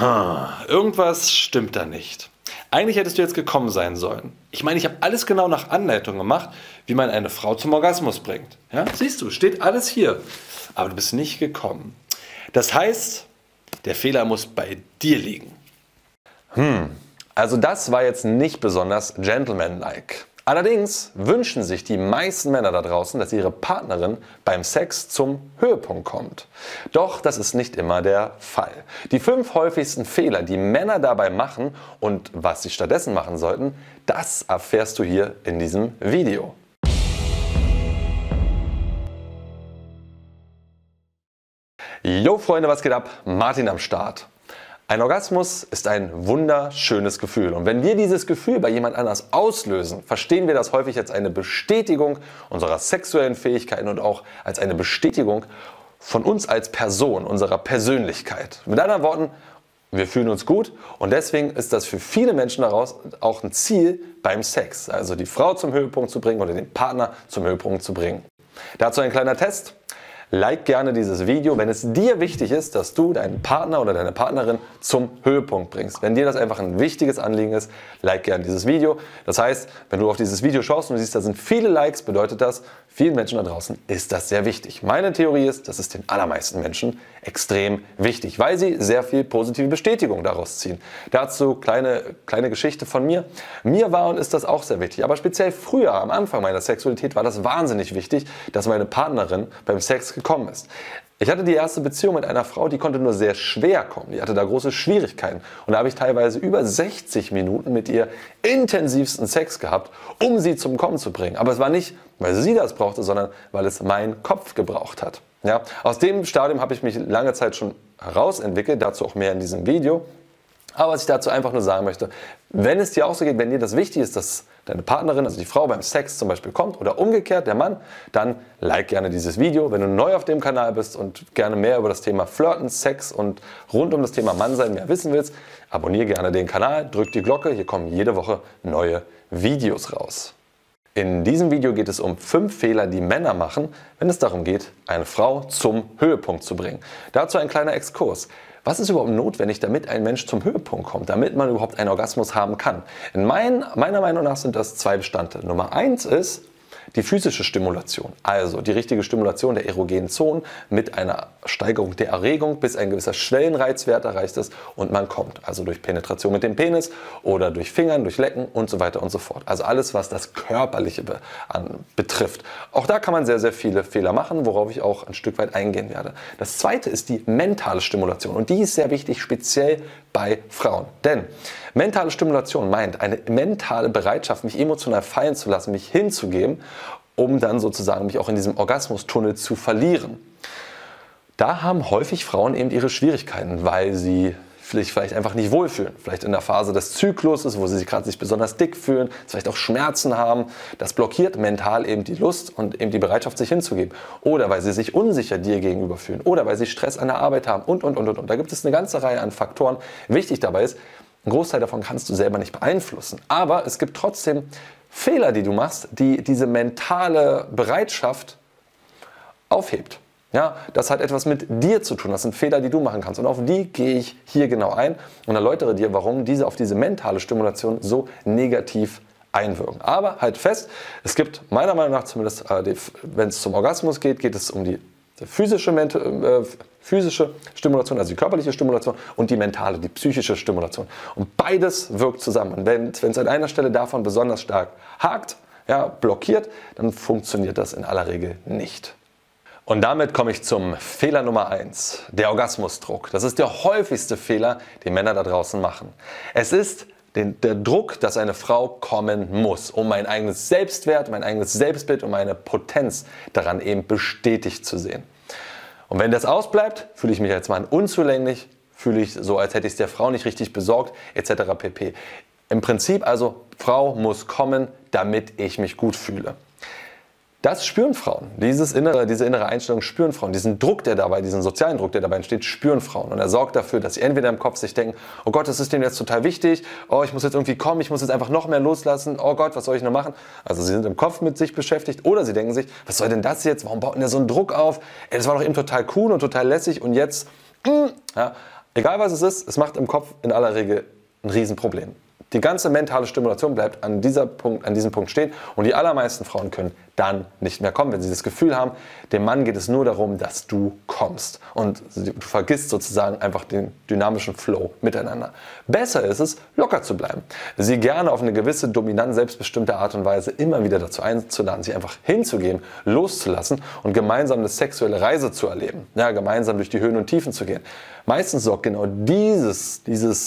Irgendwas stimmt da nicht. Eigentlich hättest du jetzt gekommen sein sollen. Ich meine, ich habe alles genau nach Anleitung gemacht, wie man eine Frau zum Orgasmus bringt. Ja, siehst du, steht alles hier. Aber du bist nicht gekommen. Das heißt, der Fehler muss bei dir liegen. Also das war jetzt nicht besonders gentlemanlike. Allerdings wünschen sich die meisten Männer da draußen, dass ihre Partnerin beim Sex zum Höhepunkt kommt. Doch das ist nicht immer der Fall. Die 5 häufigsten Fehler, die Männer dabei machen und was sie stattdessen machen sollten, das erfährst du hier in diesem Video. Jo Freunde, was geht ab? Martin am Start. Ein Orgasmus ist ein wunderschönes Gefühl und wenn wir dieses Gefühl bei jemand anders auslösen, verstehen wir das häufig als eine Bestätigung unserer sexuellen Fähigkeiten und auch als eine Bestätigung von uns als Person, unserer Persönlichkeit. Mit anderen Worten, wir fühlen uns gut und deswegen ist das für viele Menschen daraus auch ein Ziel beim Sex, also die Frau zum Höhepunkt zu bringen oder den Partner zum Höhepunkt zu bringen. Dazu ein kleiner Test. Like gerne dieses Video, wenn es dir wichtig ist, dass du deinen Partner oder deine Partnerin zum Höhepunkt bringst. Wenn dir das einfach ein wichtiges Anliegen ist, like gerne dieses Video. Das heißt, wenn du auf dieses Video schaust und du siehst, da sind viele Likes, bedeutet das, vielen Menschen da draußen ist das sehr wichtig. Meine Theorie ist, das ist den allermeisten Menschen extrem wichtig, weil sie sehr viel positive Bestätigung daraus ziehen. Dazu kleine Geschichte von mir. Mir war und ist das auch sehr wichtig, aber speziell früher, am Anfang meiner Sexualität, war das wahnsinnig wichtig, dass meine Partnerin beim Sex gekommen ist. Ich hatte die erste Beziehung mit einer Frau, die konnte nur sehr schwer kommen. Die hatte da große Schwierigkeiten. Und da habe ich teilweise über 60 Minuten mit ihr intensivsten Sex gehabt, um sie zum Kommen zu bringen. Aber es war nicht, weil sie das brauchte, sondern weil es mein Kopf gebraucht hat. Ja, aus dem Stadium habe ich mich lange Zeit schon herausentwickelt, dazu auch mehr in diesem Video. Aber was ich dazu einfach nur sagen möchte, wenn es dir auch so geht, wenn dir das wichtig ist, dass deine Partnerin, also die Frau beim Sex zum Beispiel kommt oder umgekehrt der Mann, dann like gerne dieses Video. Wenn du neu auf dem Kanal bist und gerne mehr über das Thema Flirten, Sex und rund um das Thema Mannsein mehr wissen willst, abonniere gerne den Kanal, drück die Glocke, hier kommen jede Woche neue Videos raus. In diesem Video geht es um 5 Fehler, die Männer machen, wenn es darum geht, eine Frau zum Höhepunkt zu bringen. Dazu ein kleiner Exkurs. Was ist überhaupt notwendig, damit ein Mensch zum Höhepunkt kommt, damit man überhaupt einen Orgasmus haben kann? Meiner Meinung nach sind das 2 Bestandteile. Nummer 1 ist die physische Stimulation, also die richtige Stimulation der erogenen Zonen mit einer Steigerung der Erregung, bis ein gewisser Schwellenreizwert erreicht ist und man kommt. Also durch Penetration mit dem Penis oder durch Fingern, durch Lecken und so weiter und so fort. Also alles, was das Körperliche betrifft. Auch da kann man sehr, sehr viele Fehler machen, worauf ich auch ein Stück weit eingehen werde. Das zweite ist die mentale Stimulation und die ist sehr wichtig, speziell bei Frauen. Denn mentale Stimulation meint eine mentale Bereitschaft, mich emotional fallen zu lassen, mich hinzugeben, um dann sozusagen mich auch in diesem Orgasmustunnel zu verlieren. Da haben häufig Frauen eben ihre Schwierigkeiten, weil sie vielleicht einfach nicht wohlfühlen. Vielleicht in der Phase des Zykluses, wo sie sich gerade besonders dick fühlen, vielleicht auch Schmerzen haben. Das blockiert mental eben die Lust und eben die Bereitschaft, sich hinzugeben. Oder weil sie sich unsicher dir gegenüber fühlen. Oder weil sie Stress an der Arbeit haben und. Da gibt es eine ganze Reihe an Faktoren. Wichtig dabei ist, ein Großteil davon kannst du selber nicht beeinflussen. Aber es gibt trotzdem Fehler, die du machst, die diese mentale Bereitschaft aufhebt. Ja, das hat etwas mit dir zu tun. Das sind Fehler, die du machen kannst. Und auf die gehe ich hier genau ein und erläutere dir, warum diese auf diese mentale Stimulation so negativ einwirken. Aber halt fest, es gibt meiner Meinung nach zumindest, wenn es zum Orgasmus geht, geht es um die physische Stimulation, also die körperliche Stimulation und die mentale, die psychische Stimulation. Und beides wirkt zusammen. Und wenn es an einer Stelle davon besonders stark hakt, ja, blockiert, dann funktioniert das in aller Regel nicht. Und damit komme ich zum Fehler Nummer 1, der Orgasmusdruck. Das ist der häufigste Fehler, den Männer da draußen machen. Es ist der Druck, dass eine Frau kommen muss, um mein eigenes Selbstwert, mein eigenes Selbstbild und meine Potenz daran eben bestätigt zu sehen. Und wenn das ausbleibt, fühle ich mich als Mann unzulänglich, fühle ich so, als hätte ich es der Frau nicht richtig besorgt, etc. pp. Im Prinzip also, Frau muss kommen, damit ich mich gut fühle. Das spüren Frauen. Diese innere Einstellung spüren Frauen. Diesen Druck, diesen sozialen Druck, der dabei entsteht, spüren Frauen. Und er sorgt dafür, dass sie entweder im Kopf sich denken, oh Gott, das ist denen jetzt total wichtig, oh, ich muss jetzt irgendwie kommen, ich muss jetzt einfach noch mehr loslassen, oh Gott, was soll ich nur machen? Also sie sind im Kopf mit sich beschäftigt oder sie denken sich, was soll denn das jetzt? Warum baut denn der so einen Druck auf? Ey, das war doch eben total cool und total lässig und jetzt, ja. Egal was es ist, es macht im Kopf in aller Regel ein Riesenproblem. Die ganze mentale Stimulation bleibt an diesem Punkt stehen und die allermeisten Frauen können dann nicht mehr kommen, wenn sie das Gefühl haben, dem Mann geht es nur darum, dass du kommst und du vergisst sozusagen einfach den dynamischen Flow miteinander. Besser ist es, locker zu bleiben, sie gerne auf eine gewisse dominant selbstbestimmte Art und Weise immer wieder dazu einzuladen, sie einfach hinzugeben, loszulassen und gemeinsam eine sexuelle Reise zu erleben, ja, gemeinsam durch die Höhen und Tiefen zu gehen. Meistens sorgt genau dieses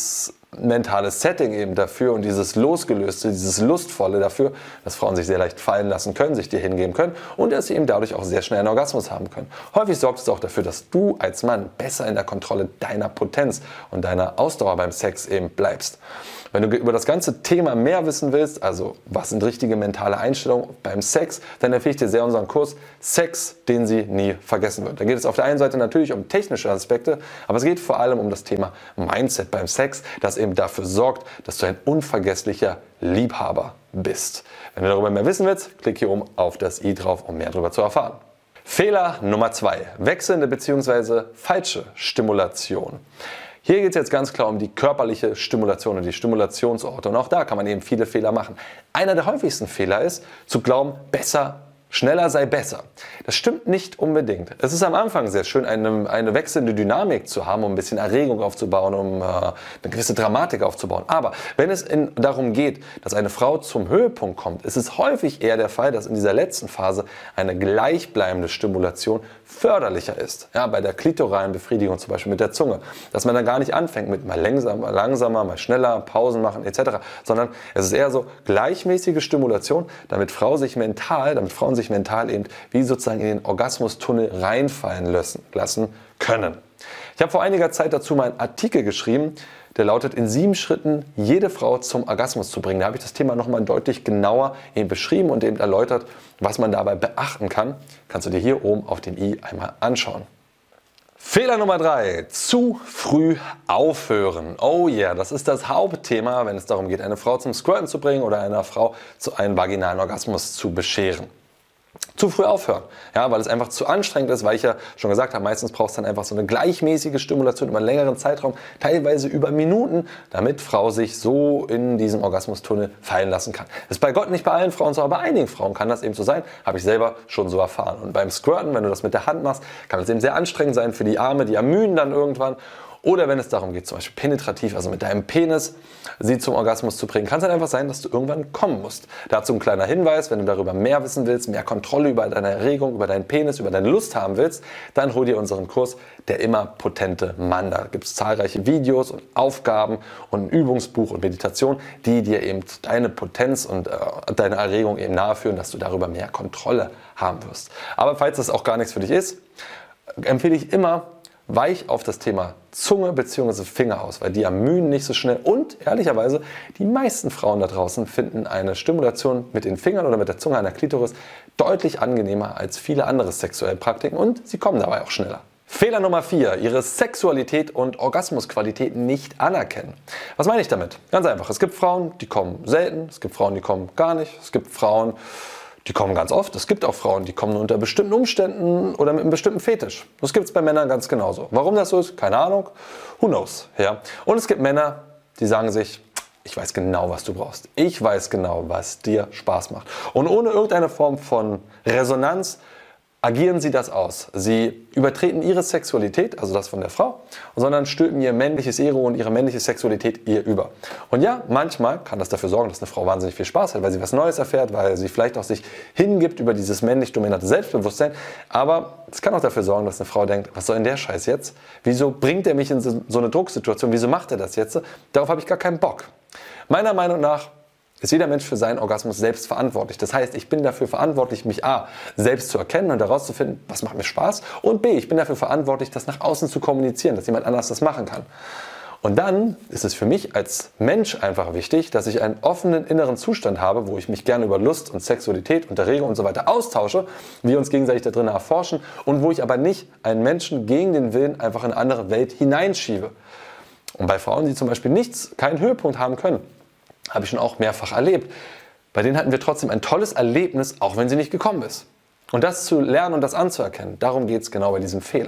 mentale Setting eben dafür und dieses Losgelöste, dieses Lustvolle dafür, dass Frauen sich sehr leicht fallen lassen können, sich dir hingeben können und dass sie eben dadurch auch sehr schnell einen Orgasmus haben können. Häufig sorgt es auch dafür, dass du als Mann besser in der Kontrolle deiner Potenz und deiner Ausdauer beim Sex eben bleibst. Wenn du über das ganze Thema mehr wissen willst, also was sind richtige mentale Einstellungen beim Sex, dann empfehle ich dir sehr unseren Kurs Sex, den sie nie vergessen wird. Da geht es auf der einen Seite natürlich um technische Aspekte, aber es geht vor allem um das Thema Mindset beim Sex, das eben dafür sorgt, dass du ein unvergesslicher Liebhaber bist. Wenn du darüber mehr wissen willst, klick hier oben auf das i drauf, um mehr darüber zu erfahren. Fehler Nummer 2. Wechselnde bzw. falsche Stimulation. Hier geht es jetzt ganz klar um die körperliche Stimulation und die Stimulationsorte. Und auch da kann man eben viele Fehler machen. Einer der häufigsten Fehler ist, zu glauben, schneller sei besser. Das stimmt nicht unbedingt. Es ist am Anfang sehr schön, eine wechselnde Dynamik zu haben, um ein bisschen Erregung aufzubauen, um eine gewisse Dramatik aufzubauen. Aber wenn es darum geht, dass eine Frau zum Höhepunkt kommt, ist es häufig eher der Fall, dass in dieser letzten Phase eine gleichbleibende Stimulation förderlicher ist. Ja, bei der klitoralen Befriedigung zum Beispiel mit der Zunge. Dass man dann gar nicht anfängt mit mal langsamer, mal schneller, Pausen machen etc., sondern es ist eher so gleichmäßige Stimulation, damit Frauen sich mental eben wie sozusagen in den Orgasmustunnel reinfallen lassen können. Ich habe vor einiger Zeit dazu mal einen Artikel geschrieben, der lautet, in 7 Schritten jede Frau zum Orgasmus zu bringen. Da habe ich das Thema nochmal deutlich genauer eben beschrieben und eben erläutert, was man dabei beachten kann. Kannst du dir hier oben auf dem i einmal anschauen. Fehler Nummer 3. Zu früh aufhören. Oh yeah, das ist das Hauptthema, wenn es darum geht, eine Frau zum Squirten zu bringen oder einer Frau zu einem vaginalen Orgasmus zu bescheren. Zu früh aufhören, ja, weil es einfach zu anstrengend ist, weil ich ja schon gesagt habe, meistens braucht es dann einfach so eine gleichmäßige Stimulation über einen längeren Zeitraum, teilweise über Minuten, damit Frau sich so in diesem Orgasmustunnel fallen lassen kann. Das ist bei Gott nicht bei allen Frauen so, aber bei einigen Frauen kann das eben so sein, habe ich selber schon so erfahren. Und beim Squirten, wenn du das mit der Hand machst, kann es eben sehr anstrengend sein für die Arme, die ermüden dann irgendwann. Oder wenn es darum geht, zum Beispiel penetrativ, also mit deinem Penis sie zum Orgasmus zu bringen, kann es halt einfach sein, dass du irgendwann kommen musst. Dazu ein kleiner Hinweis, wenn du darüber mehr wissen willst, mehr Kontrolle über deine Erregung, über deinen Penis, über deine Lust haben willst, dann hol dir unseren Kurs Der immer potente Mann. Da gibt es zahlreiche Videos und Aufgaben und ein Übungsbuch und Meditation, die dir eben deine Potenz und deine Erregung eben nahe führen, dass du darüber mehr Kontrolle haben wirst. Aber falls das auch gar nichts für dich ist, empfehle ich immer, weich auf das Thema Zunge bzw. Finger aus, weil die ermüden nicht so schnell und ehrlicherweise die meisten Frauen da draußen finden eine Stimulation mit den Fingern oder mit der Zunge an der Klitoris deutlich angenehmer als viele andere sexuelle Praktiken und sie kommen dabei auch schneller. Fehler Nummer 4, ihre Sexualität und Orgasmusqualität nicht anerkennen. Was meine ich damit? Ganz einfach, es gibt Frauen, die kommen selten, es gibt Frauen, die kommen gar nicht, es gibt Frauen, die kommen ganz oft. Es gibt auch Frauen, die kommen unter bestimmten Umständen oder mit einem bestimmten Fetisch. Das gibt es bei Männern ganz genauso. Warum das so ist, keine Ahnung. Who knows? Ja. Und es gibt Männer, die sagen sich, ich weiß genau, was du brauchst. Ich weiß genau, was dir Spaß macht. Und ohne irgendeine Form von Resonanz agieren sie das aus. Sie übertreten ihre Sexualität, also das von der Frau, sondern stülpen ihr männliches Ego und ihre männliche Sexualität ihr über. Und ja, manchmal kann das dafür sorgen, dass eine Frau wahnsinnig viel Spaß hat, weil sie was Neues erfährt, weil sie vielleicht auch sich hingibt über dieses männlich dominante Selbstbewusstsein. Aber es kann auch dafür sorgen, dass eine Frau denkt, was soll denn der Scheiß jetzt? Wieso bringt er mich in so eine Drucksituation? Wieso macht er das jetzt? Darauf habe ich gar keinen Bock. Meiner Meinung nach ist jeder Mensch für seinen Orgasmus selbst verantwortlich. Das heißt, ich bin dafür verantwortlich, mich A, selbst zu erkennen und herauszufinden, was macht mir Spaß, und B, ich bin dafür verantwortlich, das nach außen zu kommunizieren, dass jemand anders das machen kann. Und dann ist es für mich als Mensch einfach wichtig, dass ich einen offenen inneren Zustand habe, wo ich mich gerne über Lust und Sexualität und Erregung und so weiter austausche, wir uns gegenseitig da drin erforschen und wo ich aber nicht einen Menschen gegen den Willen einfach in eine andere Welt hineinschiebe. Und bei Frauen, die zum Beispiel keinen Höhepunkt haben können, habe ich schon auch mehrfach erlebt. Bei denen hatten wir trotzdem ein tolles Erlebnis, auch wenn sie nicht gekommen ist. Und das zu lernen und das anzuerkennen, darum geht es genau bei diesem Fehler.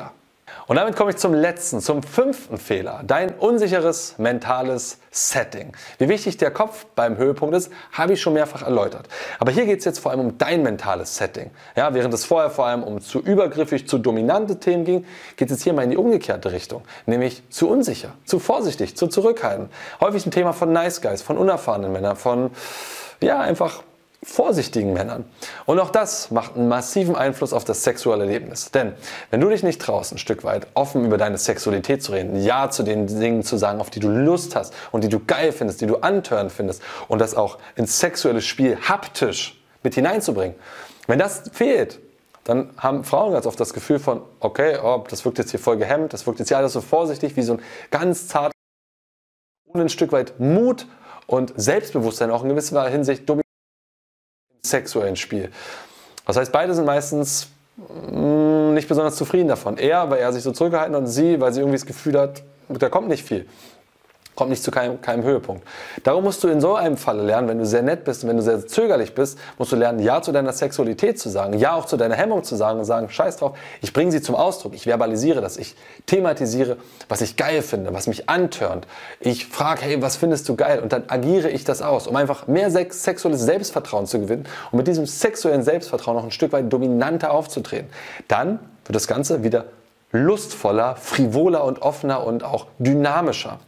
Und damit komme ich zum letzten, zum 5. Fehler. Dein unsicheres mentales Setting. Wie wichtig der Kopf beim Höhepunkt ist, habe ich schon mehrfach erläutert. Aber hier geht es jetzt vor allem um dein mentales Setting. Ja, während es vorher vor allem um zu übergriffig, zu dominante Themen ging, geht es hier mal in die umgekehrte Richtung. Nämlich zu unsicher, zu vorsichtig, zu zurückhaltend. Häufig ein Thema von Nice Guys, von unerfahrenen Männern, von einfach vorsichtigen Männern. Und auch das macht einen massiven Einfluss auf das sexuelle Erlebnis. Denn wenn du dich nicht traust, ein Stück weit offen über deine Sexualität zu reden, Ja zu den Dingen zu sagen, auf die du Lust hast und die du geil findest, die du antörend findest und das auch ins sexuelle Spiel haptisch mit hineinzubringen, wenn das fehlt, dann haben Frauen ganz oft das Gefühl von, okay, das wirkt jetzt hier voll gehemmt, das wirkt jetzt hier alles so vorsichtig, wie so ein ganz zart, ohne ein Stück weit Mut und Selbstbewusstsein, auch in gewisser Hinsicht im sexuellen Spiel. Das heißt, beide sind meistens nicht besonders zufrieden davon. Er, weil er sich so zurückgehalten hat und sie, weil sie irgendwie das Gefühl hat, da kommt nicht viel. Kommt nicht zu keinem Höhepunkt. Darum musst du in so einem Falle lernen, wenn du sehr nett bist und wenn du sehr zögerlich bist, musst du lernen, Ja zu deiner Sexualität zu sagen, Ja auch zu deiner Hemmung zu sagen und sagen, scheiß drauf, ich bringe sie zum Ausdruck, ich verbalisiere das, ich thematisiere, was ich geil finde, was mich antörnt. Ich frage, hey, was findest du geil? Und dann agiere ich das aus, um einfach mehr sexuelles Selbstvertrauen zu gewinnen und mit diesem sexuellen Selbstvertrauen noch ein Stück weit dominanter aufzutreten. Dann wird das Ganze wieder lustvoller, frivoler und offener und auch dynamischer.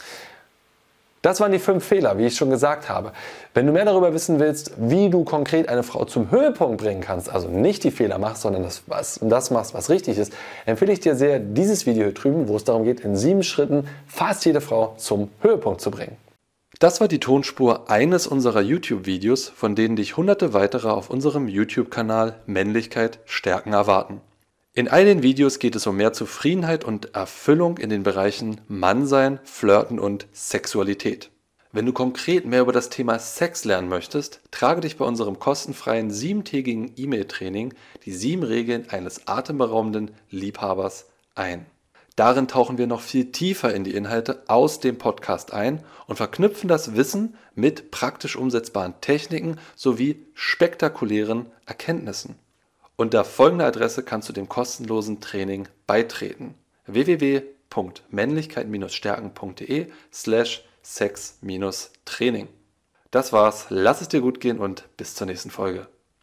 Das waren die 5 Fehler, wie ich schon gesagt habe. Wenn du mehr darüber wissen willst, wie du konkret eine Frau zum Höhepunkt bringen kannst, also nicht die Fehler machst, sondern das machst, was richtig ist, empfehle ich dir sehr dieses Video hier drüben, wo es darum geht, in 7 Schritten fast jede Frau zum Höhepunkt zu bringen. Das war die Tonspur eines unserer YouTube-Videos, von denen dich hunderte weitere auf unserem YouTube-Kanal Männlichkeit stärken erwarten. In all den Videos geht es um mehr Zufriedenheit und Erfüllung in den Bereichen Mannsein, Flirten und Sexualität. Wenn du konkret mehr über das Thema Sex lernen möchtest, trage dich bei unserem kostenfreien 7-tägigen E-Mail-Training die 7 Regeln eines atemberaubenden Liebhabers ein. Darin tauchen wir noch viel tiefer in die Inhalte aus dem Podcast ein und verknüpfen das Wissen mit praktisch umsetzbaren Techniken sowie spektakulären Erkenntnissen. Unter folgender Adresse kannst du dem kostenlosen Training beitreten: www.männlichkeit-stärken.de/sex-training. Das war's, lass es dir gut gehen und bis zur nächsten Folge.